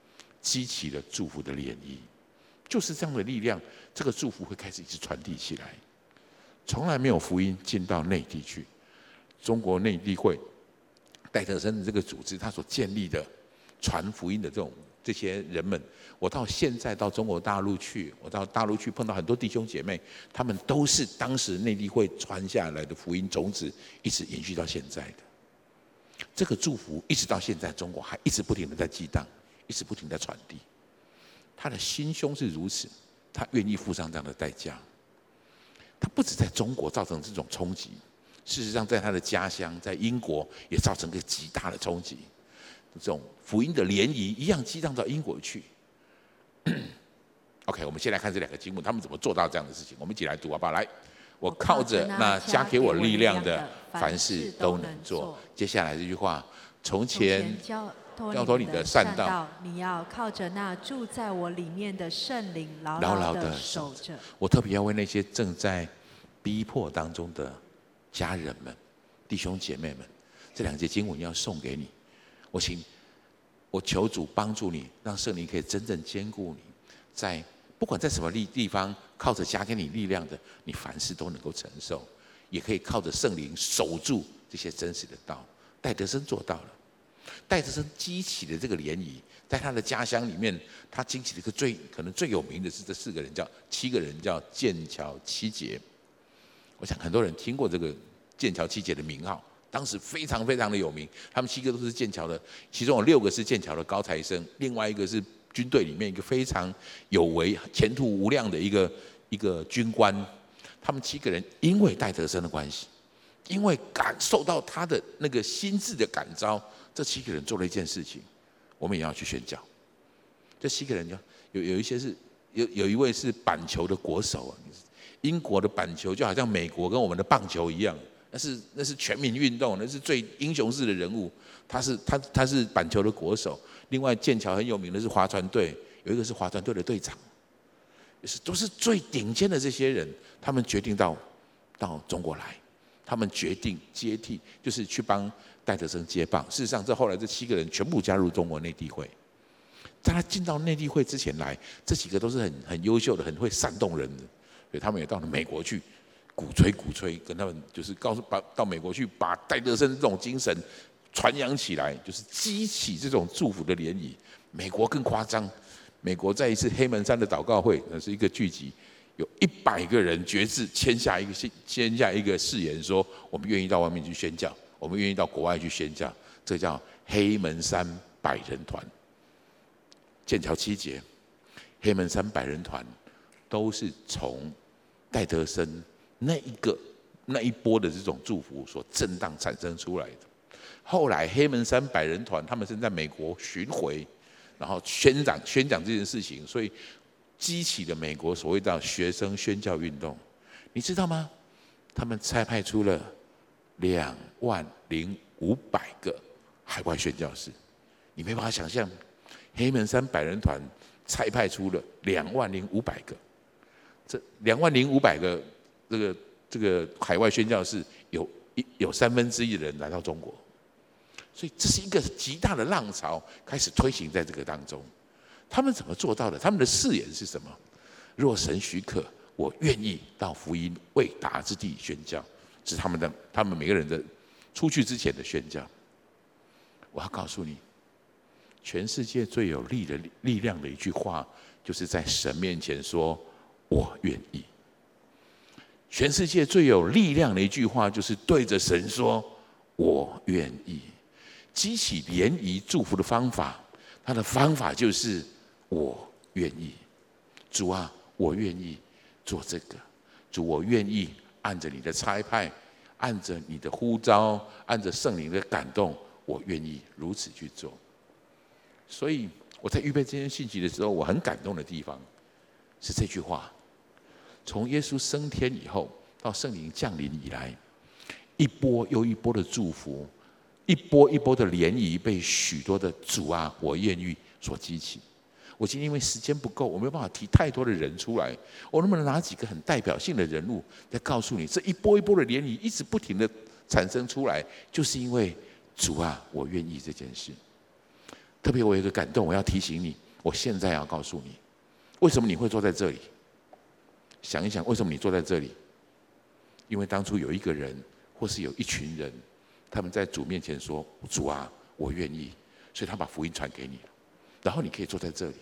激起了祝福的涟漪。就是这样的力量，这个祝福会开始一直传递起来。从来没有福音进到内地去。中国内地会戴德生的这个组织，他所建立的传福音的这种这些人们，我到现在到中国大陆去，我到大陆去碰到很多弟兄姐妹，他们都是当时内地会传下来的福音种子，一直延续到现在的。这个祝福一直到现在，中国还一直不停的在激荡，一直不停地在传递。他的心胸是如此，他愿意付上这样的代价。他不止在中国造成这种冲击，事实上在他的家乡，在英国也造成一个极大的冲击。这种福音的涟漪一样激荡到英国去。OK， 我们先来看这两个经文，他们怎么做到这样的事情？我们一起来读好不好？来，我靠着那加给我力量的，凡事都能做。接下来这句话，从前交托你的善道， 你要靠着那住在我里面的圣灵，牢牢的守着。 我特别要为那些正在逼迫当中的家人们、弟兄姐妹们，这两节经文要送给你。我请，我求主帮助你，让圣灵可以真正坚固你，在不管在什么地方，靠着加给你力量的，你凡事都能够承受，也可以靠着圣灵守住这些真实的道。戴德生做到了。戴德生激起的这个涟漪，在他的家乡里面，他激起了一个最可能最有名的是这四个人，叫七个人，叫剑桥七杰。我想很多人听过这个剑桥七杰的名号，当时非常非常的有名。他们七个都是剑桥的，其中有六个是剑桥的高材生，另外一个是军队里面一个非常有为、前途无量的一个一个军官。他们七个人因为戴德生的关系，因为感受到他的那个心智的感召。这七个人做了一件事情，我们也要去宣教。这七个人有有一些是有有一位是板球的国手啊，英国的板球就好像美国跟我们的棒球一样，那是那是全民运动，那是最英雄式的人物。他是他他是板球的国手。另外剑桥很有名的是划船队，有一个是划船队的队长，就是都是最顶尖的这些人，他们决定到到中国来，他们决定接替，就是去帮戴德生接棒。事实上，这后来这七个人全部加入中国内地会。在他进到内地会之前来，这几个都是很很优秀的，很会煽动人的，所以他们也到了美国去鼓吹鼓吹，跟他们就是告诉把到美国去把戴德生这种精神传扬起来，就是激起这种祝福的涟漪。美国更夸张，美国在一次黑门山的祷告会，那是一个聚集，有一百个人决志签下一个签下一个誓言，说我们愿意到外面去宣教。我们愿意到国外去宣教，这叫黑门山百人团。剑桥七杰、黑门山百人团，都是从戴德生那一个那一波的这种祝福所震荡产生出来的。后来黑门山百人团他们是在美国巡回，然后宣讲宣讲这件事情，所以激起了美国所谓的学生宣教运动。你知道吗？他们差派出了两万零五百个海外宣教士，你没办法想象，黑门山百人团差派出了两万零五百个，这两万零五百个这个这个海外宣教士，有一有三分之一的人来到中国，所以这是一个极大的浪潮开始推行在这个当中。他们怎么做到的？他们的誓言是什么？若神许可，我愿意到福音未达之地宣教。是他们的，他们每个人的出去之前的宣教。我要告诉你，全世界最有力的力量的一句话，就是在神面前说“我愿意”。全世界最有力量的一句话，就是对着神说“我愿意”。激起涟漪祝福的方法，它的方法就是“我愿意”。主啊，我愿意做这个。主，我愿意。按着你的差派，按着你的呼召，按着圣灵的感动，我愿意如此去做。所以我在预备这件信息的时候，我很感动的地方是这句话：从耶稣升天以后，到圣灵降临以来，一波又一波的祝福，一波一波的涟漪，被许多的主啊，我愿意所激起。我今天因为时间不够，我没有办法提太多的人出来。我能不能拿几个很代表性的人物来告诉你，这一波一波的涟漪一直不停的产生出来，就是因为主啊，我愿意这件事。特别我有一个感动，我要提醒你， 我现在要告诉你，为什么你会坐在这里？想一想，为什么你坐在这里？因为当初有一个人，或是有一群人，他们在主面前说：“主啊，我愿意。”所以他把福音传给你了，然后你可以坐在这里。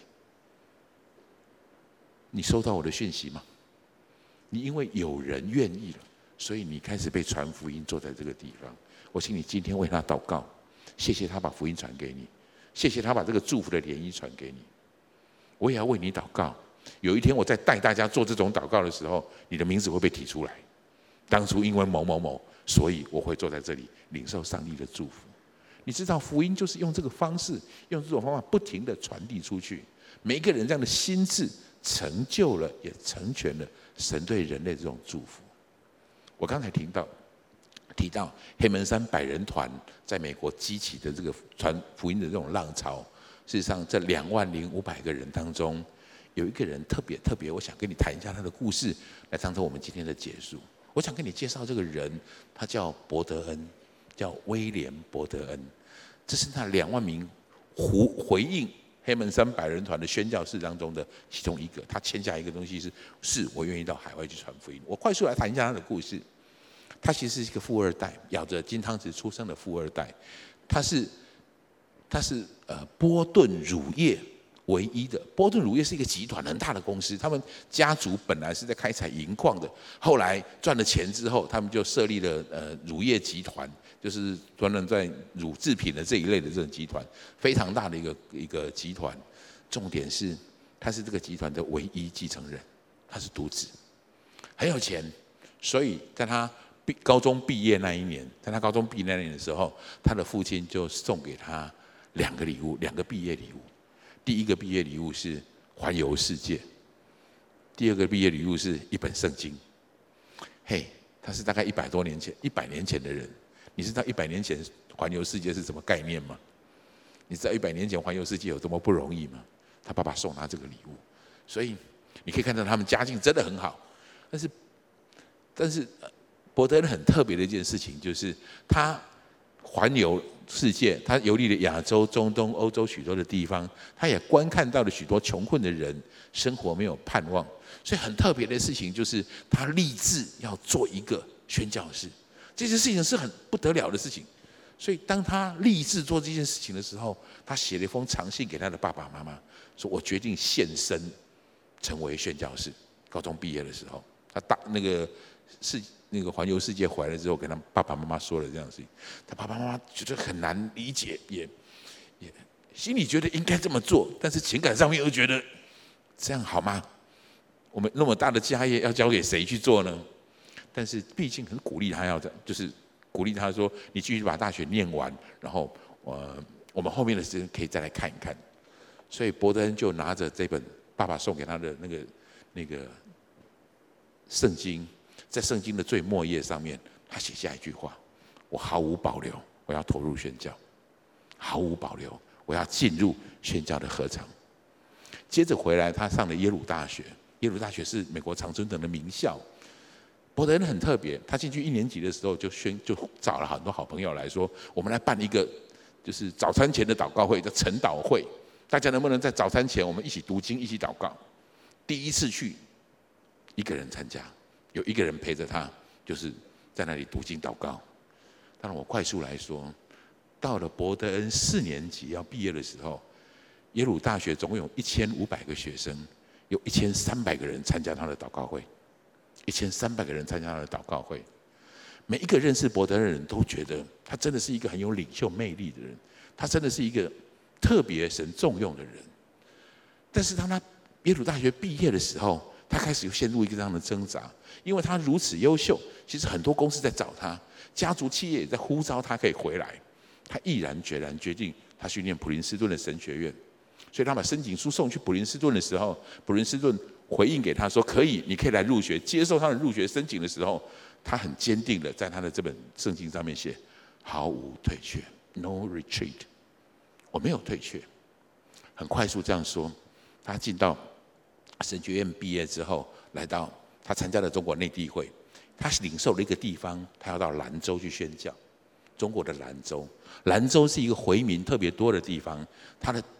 你收到我的讯息吗？你因为有人愿意了，所以你开始被传福音，坐在这个地方。我请你今天为他祷告，谢谢他把福音传给你，谢谢他把这个祝福的涟漪传给你。我也要为你祷告。有一天我在带大家做这种祷告的时候，你的名字会被提出来。当初因为某某某，所以我会坐在这里领受上帝的祝福。你知道福音就是用这个方式，用这种方法不停的传递出去。每一个人这样的心智，成就了也成全了神对人类这种祝福。我刚才听到提到黑门山百人团在美国激起的这个传福音的这种浪潮，事实上这两万零五百个人当中，有一个人特别特别，我想跟你谈一下他的故事，来当成我们今天的结束。我想跟你介绍这个人，他叫伯德恩，叫威廉·伯德恩。这是那两万名回回应黑门山百人团的宣教士当中的其中一个。他签下一个东西是：是我愿意到海外去传福音。我快速来谈一下他的故事。他其实是一个富二代，咬着金汤匙出生的富二代。他是他是呃波顿乳业唯一的。波顿乳业是一个集团，很大的公司。他们家族本来是在开采银矿的，后来赚了钱之后，他们就设立了呃乳业集团，就是专门在乳制品的这一类的这种集团，非常大的一个一个集团。重点是，他是这个集团的唯一继承人，他是独子，很有钱，所以在他高中毕业那一年，在他高中毕业那一年的时候，他的父亲就送给他两个礼物，两个毕业礼物。第一个毕业礼物是环游世界，第二个毕业礼物是一本圣经。嘿，他是大概一百多年前，一百年前的人。你知道一百年前环游世界是什么概念吗？你知道一百年前环游世界有多么不容易吗？他爸爸送他这个礼物，所以你可以看到他们家境真的很好。但是，但是伯德恩很特别的一件事情，就是他环游世界，他游历了亚洲、中东、欧洲许多的地方，他也观看到了许多穷困的人生活没有盼望。所以很特别的事情就是，他立志要做一个宣教士。这件事情是很不得了的事情。所以当他立志做这件事情的时候，他写了一封长信给他的爸爸妈妈，说：“我决定献身成为宣教士。”高中毕业的时候，他大那个是。那个环游世界回来之后，跟他爸爸妈妈说了这样的事情，他爸爸妈妈觉得很难理解，也也心里觉得应该这么做，但是情感上面又觉得这样好吗？我们那么大的家业要交给谁去做呢？但是毕竟很鼓励他要，就是鼓励他说：“你继续把大学念完，然后呃，我们后面的时间可以再来看一看。”所以伯德恩就拿着这本爸爸送给他的那个那个圣经。在圣经的最末页上面，他写下一句话：“我毫无保留，我要投入宣教，毫无保留，我要进入宣教的禾场。”接着回来，他上了耶鲁大学。耶鲁大学是美国常春藤的名校。伯德恩很特别，他进去一年级的时候就宣就找了很多好朋友来说：“我们来办一个就是早餐前的祷告会，叫晨祷会。大家能不能在早餐前我们一起读经，一起祷告？”第一次去，一个人参加。有一个人陪着他，就是在那里读经祷告。当然，我快速来说，到了伯德恩四年级要毕业的时候，耶鲁大学总共有一千五百个学生，有一千三百个人参加他的祷告会，一千三百个人参加他的祷告会。每一个认识伯德恩的人都觉得他真的是一个很有领袖魅力的人，他真的是一个特别神重用的人。但是当他耶鲁大学毕业的时候，他开始又陷入一个这样的挣扎，因为他如此优秀，其实很多公司在找他，家族企业也在呼召他可以回来。他毅然决然决定，他去念普林斯顿的神学院。所以他把申请书送去普林斯顿的时候，普林斯顿回应给他说：“可以，你可以来入学。”接受他的入学申请的时候，他很坚定的在他的这本圣经上面写：“毫无退却 ，no retreat。”我没有退却。很快速这样说，他进到神学院毕业之后，来到他参加了中国内地会，他领受了一个地方，他要到兰州去宣教。中国的兰州，兰州是一个回民特别多的地方，他的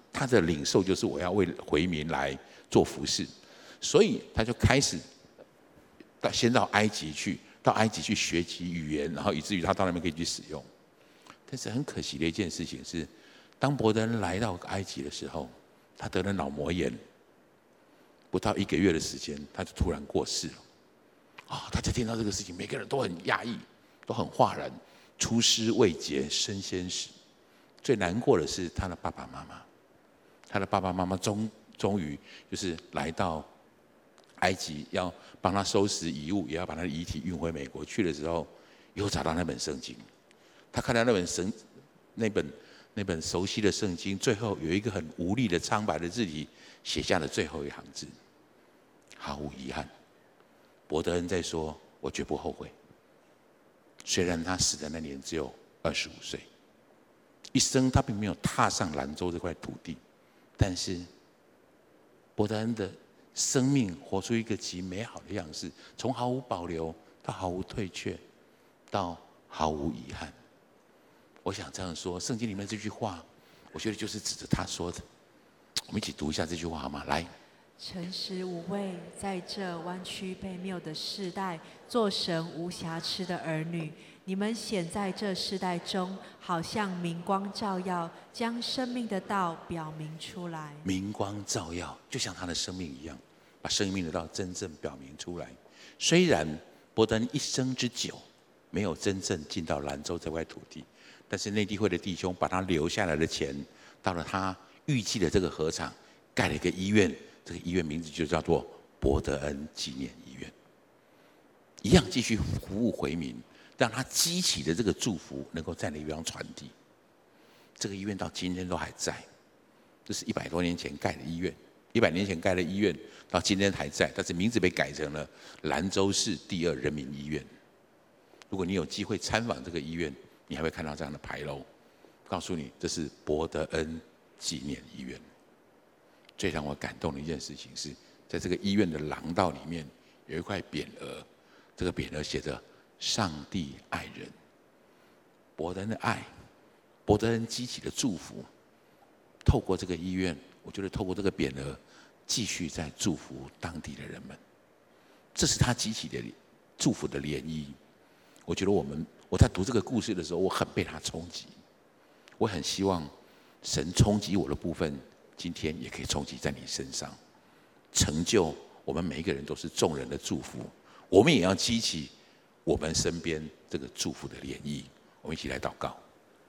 他的领受就是我要为回民来做服事，所以他就开始到先到埃及去，到埃及去学习语言，然后以至于他到那边可以去使用。但是很可惜的一件事情是，当伯德恩来到埃及的时候，他得了脑膜炎，不到一个月的时间，他就突然过世了。啊、哦！大家听到这个事情，每个人都很讶异，都很哗然，出师未捷身先死。最难过的是他的爸爸妈妈，他的爸爸妈妈终终于就是来到埃及，要帮他收拾遗物，也要把他的遗体运回美国去的时候，又找到那本圣经。他看到那本神那本那本熟悉的圣经，最后有一个很无力的苍白的字体，写下了最后一行字：毫无遗憾。伯德恩在说：“我绝不后悔。”虽然他死的那年只有二十五岁，一生他并没有踏上兰州这块土地，但是伯德恩的生命活出一个极美好的样式，从毫无保留到毫无退却，到毫无遗憾。我想这样说，圣经里面这句话，我觉得就是指着他说的。我们一起读一下这句话好吗？来。 诚实无畏，在这弯曲悖谬的世代，做神无瑕疵的儿女。你们显在这世代中，好像明光照耀，将生命的道表明出来。 明光照耀，就像他的生命一样，把生命的道真正表明出来。虽然伯德恩一生之久没有真正进到兰州这块土地，但是内地会的弟兄把他留下来的钱，到了他预计的这个禾场，盖了一个医院。这个医院名字就叫做伯德恩纪念医院，一样继续服务回民，让他激起的这个祝福能够在那地方传递。这个医院到今天都还在，这是一百多年前盖的医院，一百年前盖的医院到今天还在，但是名字被改成了兰州市第二人民医院。如果你有机会参访这个医院，你还会看到这样的牌楼，告诉你这是伯德恩纪念医院。最让我感动的一件事情是，在这个医院的廊道里面有一块匾额，这个匾额写着“上帝爱人”。伯德恩的爱，伯德恩激起的祝福，透过这个医院，我觉得透过这个匾额，继续在祝福当地的人们。这是他激起的祝福的涟漪。我觉得我们我在读这个故事的时候，我很被他冲击。我很希望神冲击我的部分，今天也可以冲击在你身上，成就我们每一个人都是众人的祝福。我们也要激起我们身边这个祝福的涟漪。我们一起来祷告。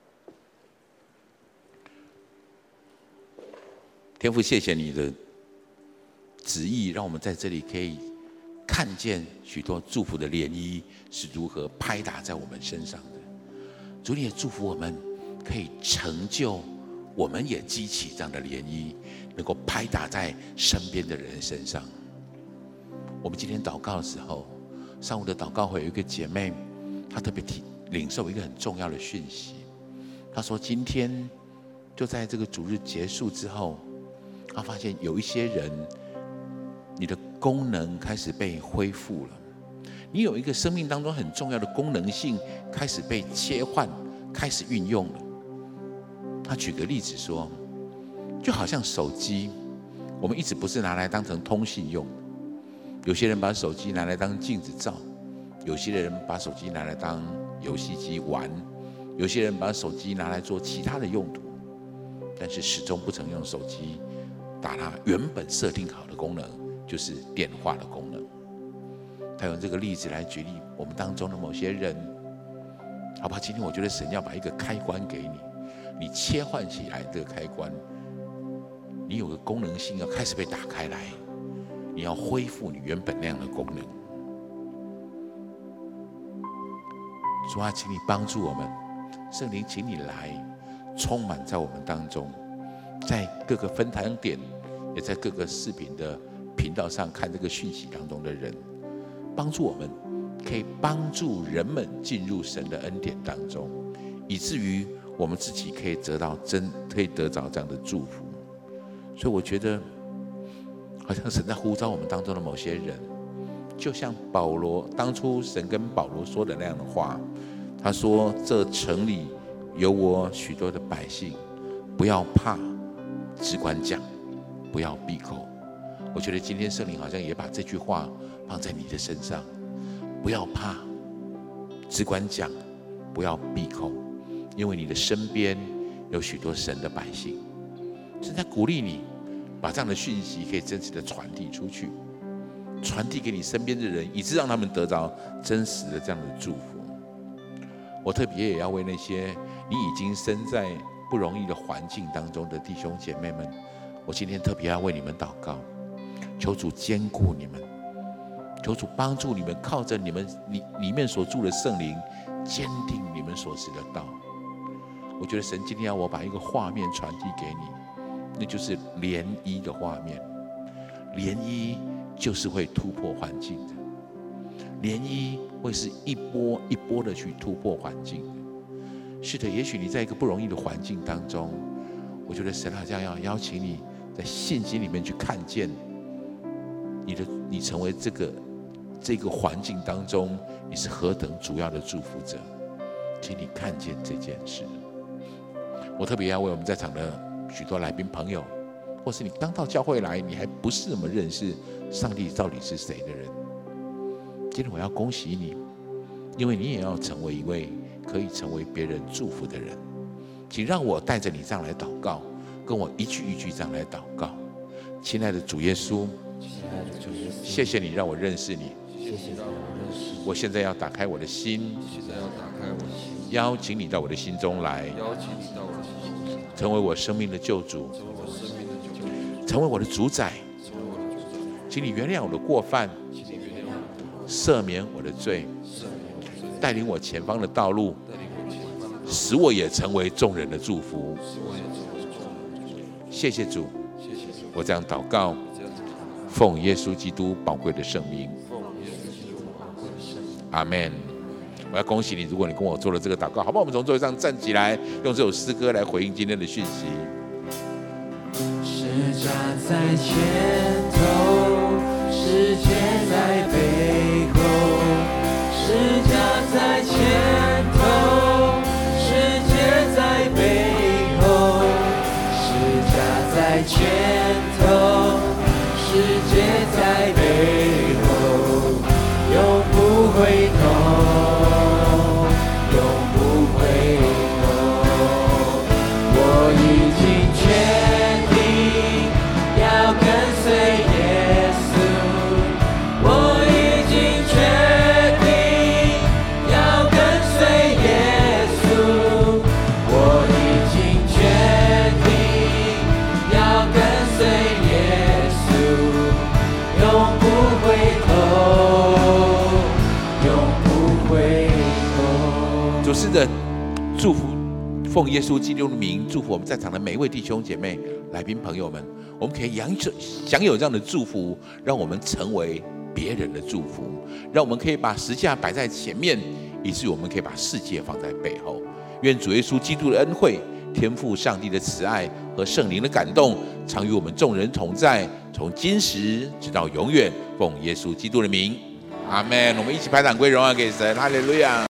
天父，谢谢你的旨意，让我们在这里可以看见许多祝福的涟漪是如何拍打在我们身上的。主，你也祝福我们可以成就，我们也激起这样的涟漪，能够拍打在身边的人身上。我们今天祷告的时候，上午的祷告会有一个姐妹，她特别提领受一个很重要的讯息。她说，今天就在这个主日结束之后，她发现有一些人，你的功能开始被恢复了，你有一个生命当中很重要的功能性开始被切换，开始运用了。他举个例子说，就好像手机，我们一直不是拿来当成通信用的，有些人把手机拿来当镜子照，有些人把手机拿来当游戏机玩，有些人把手机拿来做其他的用途，但是始终不曾用手机打它原本设定好的功能，就是电话的功能。他用这个例子来举例我们当中的某些人，好不好？今天我觉得神要把一个开关给你，你切换起来这个开关，你有个功能性要开始被打开来，你要恢复你原本那样的功能。主啊，请你帮助我们，圣灵，请你来充满在我们当中，在各个分堂点，也在各个视频的频道上看这个讯息当中的人，帮助我们可以帮助人们进入神的恩典当中，以至于我们自己可以得到真，可以得着这样的祝福。所以我觉得，好像神在呼召我们当中的某些人，就像保罗当初神跟保罗说的那样的话，他说：“这城里有我许多的百姓，不要怕， 只管讲，不要闭口。我觉得今天圣灵好像也把这句话放在你的身上，不要怕，只管讲，不要闭口，因为你的身边有许多神的百姓，正在鼓励你把这样的讯息可以真实的传递出去，传递给你身边的人，以致让他们得到真实的这样的祝福。我特别也要为那些你已经身在不容易的环境当中的弟兄姐妹们，我今天特别要为你们祷告，求主坚固你们，求主帮助你们，靠着你们里里面所住的圣灵，坚定你们所持的道。我觉得神今天要我把一个画面传递给你，那就是涟漪的画面。涟漪就是会突破环境的，涟漪会是一波一波的去突破环境的。是的，也许你在一个不容易的环境当中，我觉得神好像要邀请你在信心里面去看见你的，你成为这个这个环境当中，你是何等主要的祝福者，请你看见这件事。我特别要为我们在场的许多来宾朋友，或是你刚到教会来，你还不是那么认识上帝到底是谁的人，今天我要恭喜你，因为你也要成为一位可以成为别人祝福的人。请让我带着你这样来祷告，跟我一句一句这样来祷告。亲爱的主耶稣，谢谢你让我认识你，我现在要打开我的心，邀请你到我的心中来，成为我生命的救主，成为我的主宰。请你原谅我的过犯，赦免我的罪，带领我前方的道路，使我也成为众人的祝福。谢谢主，我这样祷告，奉耶稣基督宝贵的圣名，阿们。我要恭喜你，如果你跟我做了这个祷告，好不好？我们从座位上站起来，用这首诗歌来回应今天的讯息。 是站在前头，世界在背后，是家在前头，世界在背后，是家在前头，世界在背后，永不回头。 是的，祝福，奉耶稣基督的名，祝福我们在场的每一位弟兄姐妹、来宾朋友们，我们可以享有这样的祝福，让我们成为别人的祝福，让我们可以把十字架摆在前面，以至于我们可以把世界放在背后。愿主耶稣基督的恩惠、天父上帝的慈爱和圣灵的感动，常与我们众人同在，从今时直到永远。奉耶稣基督的名，阿们。我们一起拍掌归荣耀给神，哈利路亚。